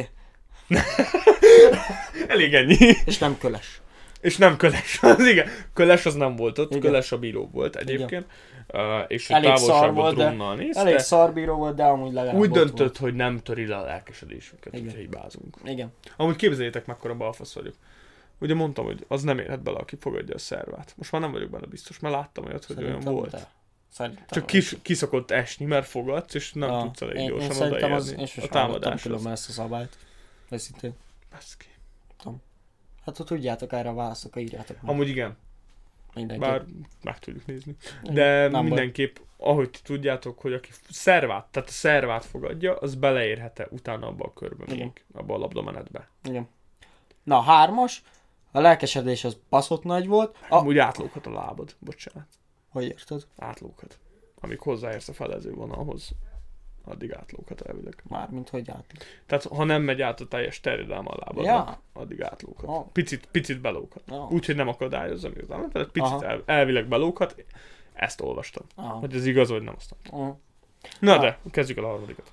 Elég ennyi. És nem köles. És nem Köles. Az igen. Köles az nem volt ott. Igen. Köles a bíró volt egyébként. És Elég szar távolságban volt, de drónnal nézte. elég szarbíró volt, de amúgy legalább Úgy ott döntött, volt. hogy nem töri le a lelkesedésünket, Igen. hogyha hibázunk. Igen. Amúgy képzeljétek, mekkora balfasz vagyok. Ugye mondtam, hogy az nem érhet bele, aki fogadja a szervát. Most már nem vagyok benne biztos, mert láttam olyat, hogy olyan volt. Szerintem Csak kiszokott esni, mert fogadsz, és nem tudsz elég én gyorsan szerintem odaérni én a támadáshoz. különben ezt a szabályt. Őszintén. Baszki. Hát ha tudjátok erre a válaszokat, írjátok meg. Amúgy igen, Mindenki. bár meg tudjuk nézni. De Nem mindenképp, ahogy ti tudjátok, hogy aki szervát, tehát a szervát fogadja, az beleérhet-e utána abba a körbe Igen. még, abba a labdamenetbe. Igen. Na, 3-as. A lelkesedés az baszott nagy volt. Amúgy átlóghat a lábad, bocsánat. Hogy érted? Átlóghat. Amíg hozzáérsz a felező vonalhoz, addig átlóghat elvileg. Mármint hogy át. Tehát ha nem megy át a teljes terjedelme a lábadnak, Ja. addig átlóghat. Oh. Picit belóghat. Oh. Úgyhogy nem akadályozza még az állat, tehát picit Aha. elvileg belóghat. Ezt olvastam. Aha. Hogy ez igaz, vagy nem, aztán. Na. Na de, kezdjük el a harmadikat.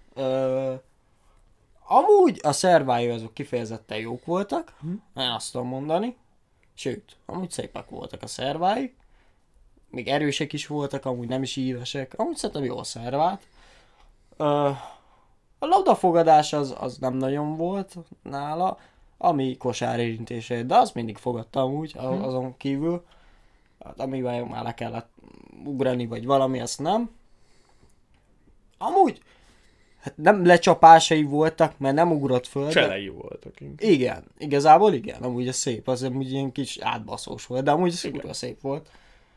Amúgy a szervái azok kifejezetten jók voltak, én azt tudom mondani. Sőt, amúgy szépek voltak a szervái. Még erősek is voltak, amúgy nem is ívesek. Amúgy szerintem jó a szervát. A labdafogadás az nem nagyon volt nála, ami kosárérintése, de azt mindig fogadta amúgy, azon kívül. Hát, amivel már le kellett ugrani, vagy valami, azt nem. Amúgy, hát nem lecsapásai voltak, mert nem ugrott föl. Cselei voltak inkább. Igen, igazából igen, amúgy ez szép, az amúgy ilyen kis átbaszós volt, de amúgy ez kurva szép volt.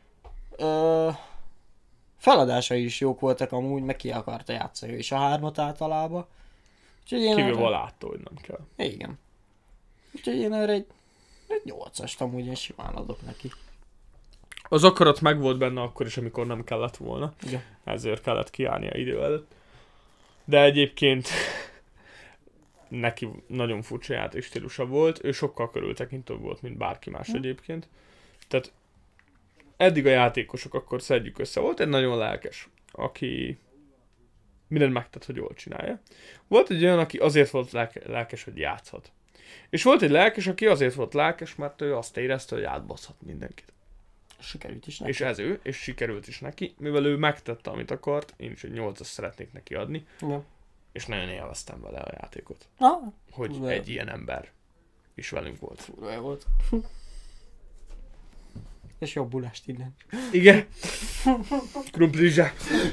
Feladásai is jók voltak amúgy, meg ki akarta játszani ő is a 3-at általában. Úgyhogy én Kivéve látta, hogy nem kell. Igen. Úgyhogy én erre egy 8-ast amúgy én simán adok neki. Az akarat meg volt benne akkor is, amikor nem kellett volna. Igen. Ezért kellett kiállnia idő előtt. De egyébként neki nagyon furcsa játékstílusa volt. Ő sokkal körültekintőbb volt, mint bárki más egyébként. Tehát eddig a játékosok, akkor szedjük össze. Volt egy nagyon lelkes, aki mindent megtett, hogy jól csinálja. Volt egy olyan, aki azért volt lelkes, hogy játszhat. És volt egy lelkes, aki azért volt lelkes, mert ő azt érezte, hogy átbaszhat mindenkit. Sikerült is neki. És ez ő, és sikerült is neki, mivel ő megtette, amit akart, én is egy 8-as szeretnék neki adni, Igen. és nagyon élveztem vele a játékot. Hogy fura. egy ilyen ember is velünk volt. Fura volt. És jobbulást innen. Igen. Krumplizsák.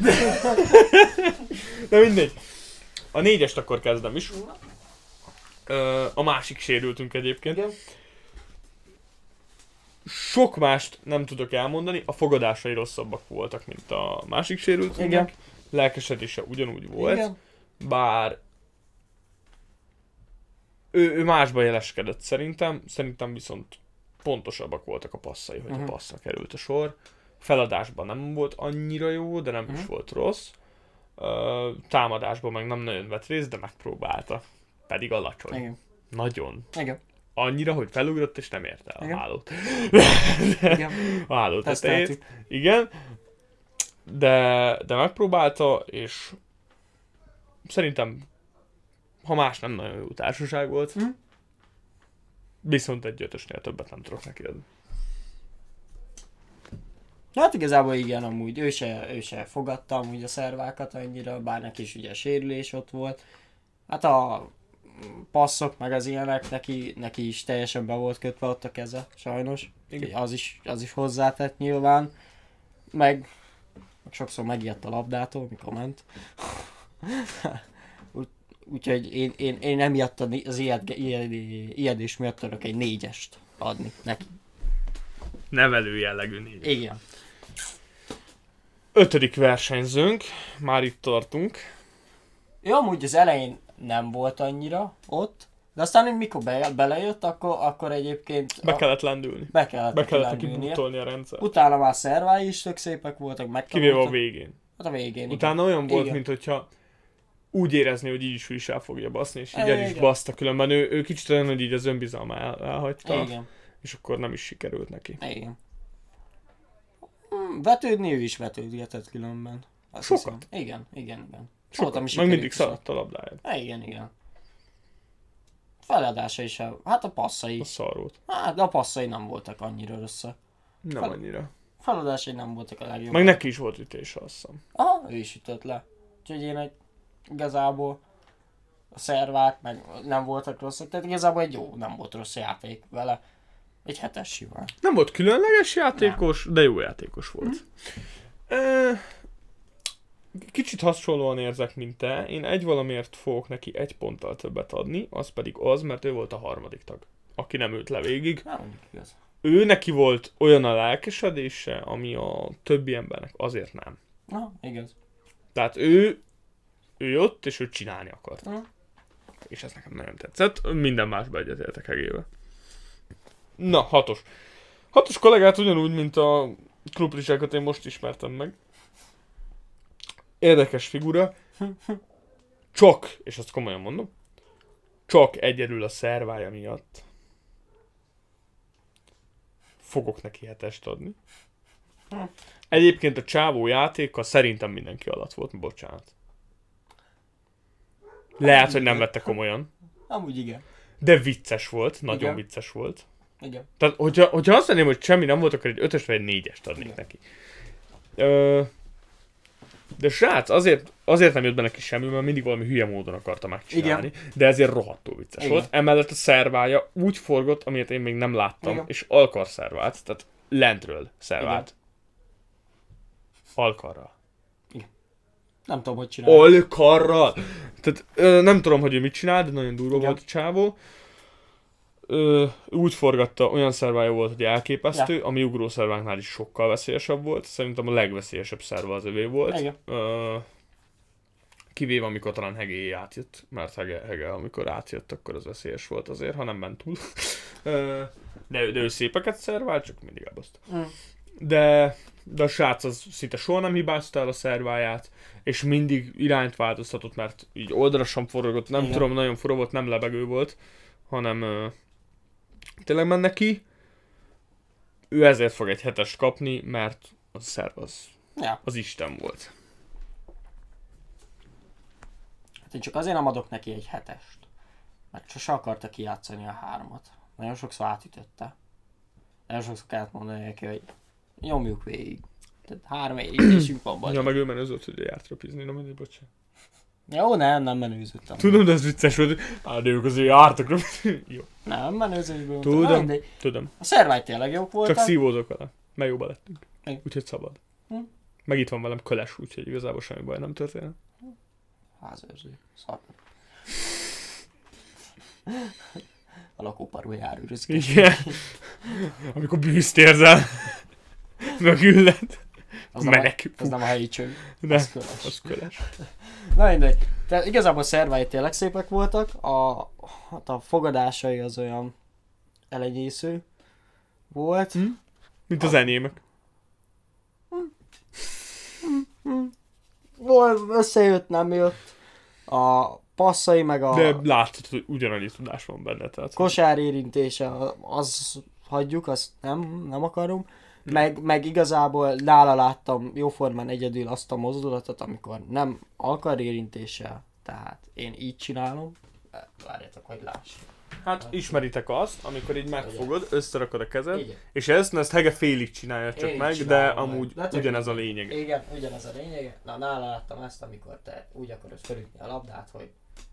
Na mindegy. A 4-est akkor kezdem is. A másik sérültünk egyébként. Igen. Sok mást nem tudok elmondani, a fogadásai rosszabbak voltak, mint a másik sérültünknek. Igen. Lelkesedése ugyanúgy volt, Igen. bár ő másba jeleskedett szerintem viszont pontosabbak voltak a passzai, hogy a passzra került a sor. Feladásban nem volt annyira jó, de nem is volt rossz. Támadásban meg nem nagyon vett részt, de megpróbálta. Pedig alacsony. Igen. Nagyon. Igen. Annyira, hogy felugrott és nem érte el a hálót. Igen. A háló tetejét. Teszteltük. Igen. De megpróbálta, és szerintem, ha más nem nagyon jó társaság volt, viszont egy 5-ösnél többet nem tudok neki adni. Hát igazából igen, amúgy ő se fogadta amúgy a szervákat annyira, bár neki is ugye sérülés ott volt. Hát a passzok meg az ilyenek, neki is teljesen be volt kötve ott a keze, sajnos. Igen. Az is hozzátett nyilván. Meg sokszor megijedt a labdától, mikor ment. Úgyhogy én emiatt az ijedés miatt tudok egy 4-est adni neki. Nevelő jellegű 4. Igen. 5. versenyzőnk, már itt tartunk. Ő amúgy az elején nem volt annyira ott, de aztán, hogy mikor belejött, akkor egyébként Be kellett lendülni. be kellett Be kellett neki lendülnie. butolni a rendszer. Utána már szervái is tök szépek voltak, Kivéve a megtanultak. végén. Hát a végén. Utána olyan volt, Igen. mint hogyha úgy érezni, hogy így is el fogja baszni, és így el is Igen. baszta, különben ő kicsit olyan, hogy így az önbizalma elhagyta, Igen. és akkor nem is sikerült neki. Igen. Vetődni ő is vetődgetett különben. Azt Sokat. hiszem. Igen. Sokat. Voltam Meg mindig szaladt a labdáját. Igen. Feladása is, hát a passzai. A szar volt. Hát, de a passzai nem voltak annyira össze. Nem annyira. Feladásai nem voltak a legjobb. Meg neki is volt ütése, azt hiszem. Aha, ő is ütött le. Úgyhogy én igazából a szervák meg nem voltak rosszak, tehát igazából egy jó, nem volt rossz játék vele. Egy 7-es simán. Nem volt különleges játékos, de jó játékos volt. Kicsit hasonlóan érzek, mint te. Én egy valamiért fogok neki 1 ponttal többet adni, az pedig az, mert ő volt a 3. tag, aki nem ült le végig. Nem mondjuk igaz. Ő neki volt olyan a lelkesedése, ami a többi embernek azért nem. Aha, igaz. Tehát ő jött, és ő csinálni akart. És ez nekem nagyon tetszett. Minden másba egyetértek egével. Na, 6-os. 6-os kollégát ugyanúgy, mint a krumplisákat én most ismertem meg. Érdekes figura. Csak, és azt komolyan mondom, csak egyedül a szervája miatt fogok neki 7-est adni. Egyébként a csávó játéka szerintem mindenki alatt volt, bocsánat. Lehet, hogy nem vette komolyan, Amúgy igen. de vicces volt, nagyon Igen. vicces volt. Igen. Tehát, hogyha azt mondom, hogy semmi nem volt, akkor egy 5-ös vagy egy 4-est adnék Igen. neki. De srác, azért nem jött be neki semmi, mert mindig valami hülye módon akarta megcsinálni, de ezért rohadtul vicces Igen. volt. Emellett a szervája úgy forgott, amit én még nem láttam, Igen. és alkar szervált, tehát lentről szervált. Alkarral. Nem tudom, hogy csinálni. Alkarral! Tehát nem tudom, hogy ő mit csinál, de nagyon durva Igen. volt a csávó. Úgy forgatta, olyan szervája volt, hogy elképesztő, ami ugró szervánknál is sokkal veszélyesebb volt. Szerintem a legveszélyesebb szerva az övé volt. Igen. Kivéve, amikor talán Hegé átjött, mert Hege, amikor átjött, akkor az veszélyes volt azért, ha nem ment túl. de ő szépeket szervált, csak mindig elbaszta. De a srác az szinte soha nem hibázta el a szerváját, és mindig irányt változtatott, mert így oldalra sem forgott, nem Igen. tudom, nagyon fura volt, nem lebegő volt, hanem tényleg menne ki. Ő ezért fog egy 7-est kapni, mert a szerv az Isten volt. Hát én csak azért nem adok neki egy 7-est. Mert sose akarta kijátszani a 3-at. Nagyon sokszor átütötte. Nagyon sokszor kellett mondani neki, hogy nyomjuk végig. Tehát 3 érintésünk van Ja, bajban. meg ő menőzött, hogy járt röpizni, nem mindig, bocsánat. Jó, nem menőzöttem. Tudom, de ez vicces volt. De ők azért jártak. Jó. Nem, menőzésből. Tudom. A szervány tényleg jók voltak. Csak szívózok vele. Mert jóba lettünk. Igen. Úgyhogy szabad. Hm. Meg itt van velem köles, úgyhogy igazából semmi baj nem történt. Házőrző. Szar. A lakóparú járőröz. Igen. Amikor bűzt érzel. Mögüllet. Menekül. Az nem a helyi cső. De, Az köles. az köles. Na mindegy. Tehát igazából a szervái tényleg szépek voltak. A fogadásai az olyan elenyésző volt. Mint az enyémek. Volt, összejött, nem jött. A passzai meg a De látod, hogy ugyanannyi tudás van benne. Tehát... kosár érintése, az hagyjuk, azt nem akarom. Meg igazából nála láttam jóformán egyedül azt a mozdulatot, amikor nem alkar érintéssel, tehát én így csinálom. Várjátok, hogy láss. Hát ismeritek azt, amikor így megfogod, összerakod a kezed, Igen. és ezt Hege félig csinálja csak Én meg, csinálom de meg. amúgy De tök ugyanez a jó. lényeg. Igen, ugyanez a lényeg. Na, nála láttam ezt, amikor te úgy akarod felütni a labdát, hogy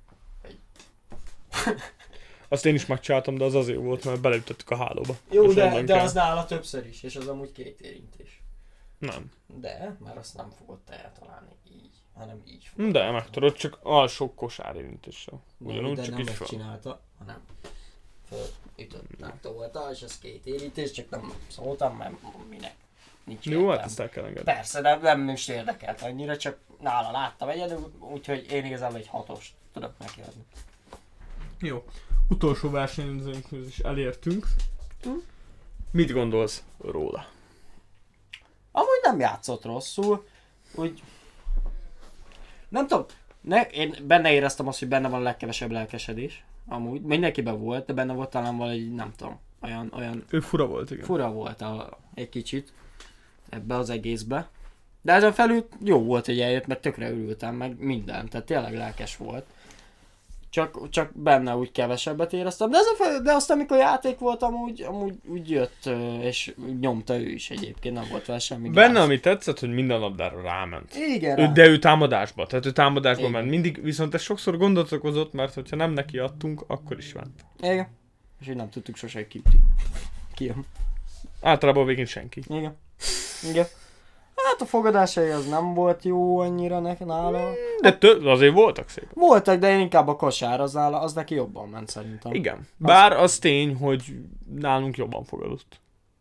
Azt én is megcsináltam, de az azért volt, mert beleütöttük a hálóba. jó, És de onnan kell. az nála többször is, és az amúgy 2 érintés. Nem. De, mert azt nem fogod te eltalálni így, hanem így fogod. De meg csak alsó kosár érintéssel. De Ugyanúgy nem csak így fel. megcsinálta, hanem fölütött, nem tolta, és az 2 érintés, csak nem szóltam, mert minek. Nincs Jó, hát értelme. ezt el kell engedni. Persze, de nem is érdekelt annyira, csak nála láttam egyedül, úgyhogy én igazából egy 6-ost tudok neki adni. Jó. Utolsó versenyzőnkhöz is elértünk. Mit gondolsz róla? Amúgy nem játszott rosszul, úgy... Nem tudom, én benne éreztem azt, hogy benne van a legkevesebb lelkesedés. Amúgy, mindenkiben volt, de benne volt talán valahogy, nem tudom, olyan Ő fura volt, igen. fura volt egy kicsit ebbe az egészbe. De ezen felül jó volt, hogy eljött, mert tökre örültem meg minden, tehát tényleg lelkes volt. Csak benne úgy kevesebbet éreztem, de aztán amikor játék volt, amúgy úgy jött, és nyomta ő is egyébként, nem volt vele semmi Benne, gáz. ami tetszett, hogy minden labdára ráment. Igen, De ő támadásba, tehát ő támadásba Igen. ment. Mindig, viszont ez sokszor gondot okozott, mert hogyha nem neki adtunk, akkor is ment. Igen. És így nem tudtuk sose kipti. Kijön. Általában végén senki. Igen. Igen. Hát a fogadásai az nem volt jó annyira nála. De azért voltak szép. Voltak, de én inkább a kosár az nála, az neki jobban ment szerintem. Igen. Bár az tény, hogy nálunk jobban fogadott.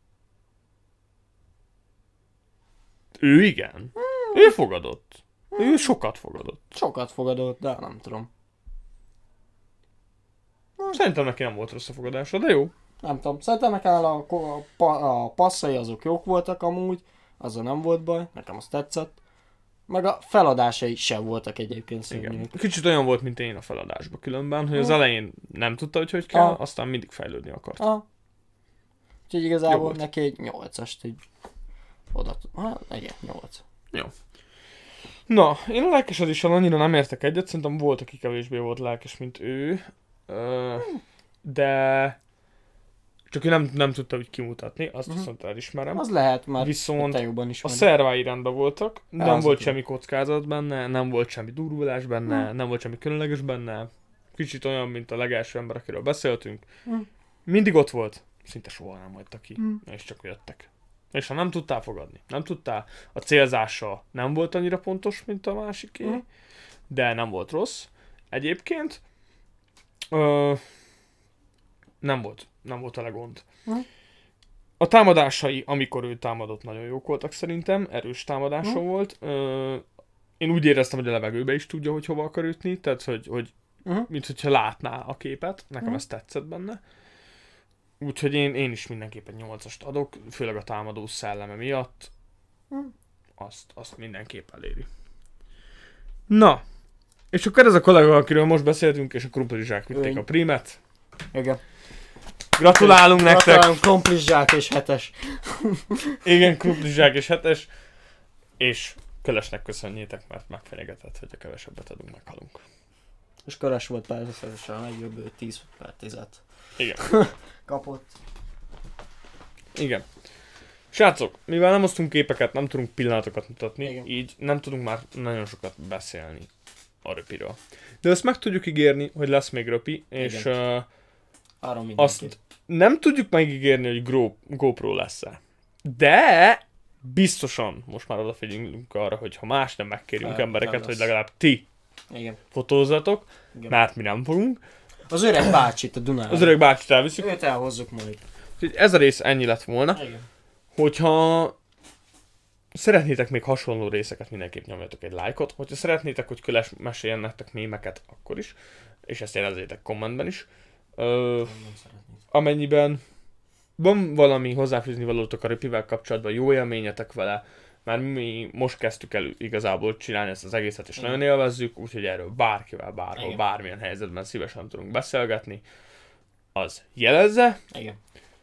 Ő igen. Ő fogadott. Ő sokat fogadott. Sokat fogadott, de nem tudom. Szerintem neki nem volt rossz a fogadása, de jó. Nem tudom, szerintem nekem a passzai azok jók voltak amúgy, azzal nem volt baj, nekem az tetszett. Meg a feladásai sem voltak egyébként Igen. szörnyűek. Kicsit olyan volt, mint én a feladásban különben, hogy az elején nem tudta, hogy kell, Ah. aztán mindig fejlődni akart. Úgyhogy Jó igazából volt. neki egy 8-ast így oda igen, 8. Jó. Na, én a lelkesedéssel annyira nem értek egyet, szerintem volt, aki kevésbé volt lelkes, mint ő. De csak ő nem tudta úgy kimutatni, azt viszont elismerem. Az lehet, mert Viszont te jobban A ismered. szervái rendben voltak, nem azok volt jó. semmi kockázat benne, nem volt semmi durvulás benne, nem volt semmi különleges benne. Kicsit olyan, mint a legelső ember, akiről beszéltünk. Mindig ott volt, szinte soha nem hagyta ki, és csak jöttek. És ha nem tudtál fogadni, nem tudtál, a célzása nem volt annyira pontos, mint a másiké, de nem volt rossz. Egyébként nem volt vele gond. A támadásai, amikor ő támadott, nagyon jók voltak szerintem, erős támadása volt. Én úgy éreztem, hogy a levegőbe is tudja, hogy hova akar ütni, tehát hogy mint hogyha látná a képet, nekem ez tetszett benne. Úgyhogy én is mindenképpen 8-ast adok, főleg a támadó szelleme miatt. Azt mindenképp eléri. Na, és akkor ez a kollega, akiről most beszéltünk, és a krumplizsák vitték a primet. Igen. Gratulálunk nektek! Gratulálunk, komplizsák és 7-es. Igen, krumplizsák és 7-es. És Kölesnek köszönjétek, mert megfenyegetett, hogy a kevesebbet adunk, meghalunk. És Köles volt persze a legjobb, ő 10/10 Igen. kapott. Igen. Srácok, mivel nem osztunk képeket, nem tudunk pillanatokat mutatni, Igen. így nem tudunk már nagyon sokat beszélni a röpiről. De azt meg tudjuk ígérni, hogy lesz még röpi, és Arról mindenki. azt nem tudjuk megígérni, hogy GoPro lesz-e. De biztosan most már odafigyelünk arra, hogy ha más nem megkérjünk embereket, hogy legalább ti Igen. fotózzatok, Igen. mert mi nem fogunk. Az öreg bácsit a Dunán. Az öreg bácsit elviszük. Őt elhozzuk majd. Úgyhogy ez a rész ennyi lett volna. Igen. Hogyha szeretnétek még hasonló részeket, mindenképp nyomjatok egy lájkot. Hogyha szeretnétek, hogy Köles meséljen nektek mémeket, akkor is. És ezt jelezzétek kommentben is. Nem szeretnék. Amennyiben van valami hozzáfűzni valótok a röpivel kapcsolatban, jó élményetek vele, mert mi most kezdtük el igazából csinálni ezt az egészet, és nagyon élvezzük, úgyhogy erről bárkivel, bárhol, Igen. bármilyen helyzetben szívesen tudunk beszélgetni, az jelezze. Igen.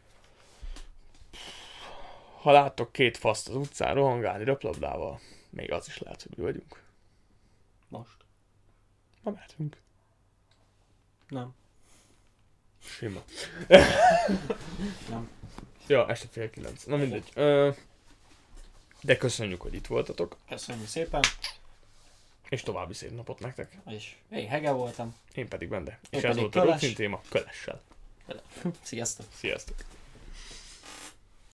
Ha láttok két faszt az utcán rohangálni röplabdával, még az is lehet, hogy mi vagyunk. Most. Ma mehetünk. Nem. Sima. Nem. Ja, este 8:30. Na mindegy. De köszönjük, hogy itt voltatok, Köszönjük szépen. és további szép napot nektek. És én Hege voltam. Én pedig Bende. Én És ez pedig volt a Köles. rutin téma Kölessel. Sziasztok. Sziasztok!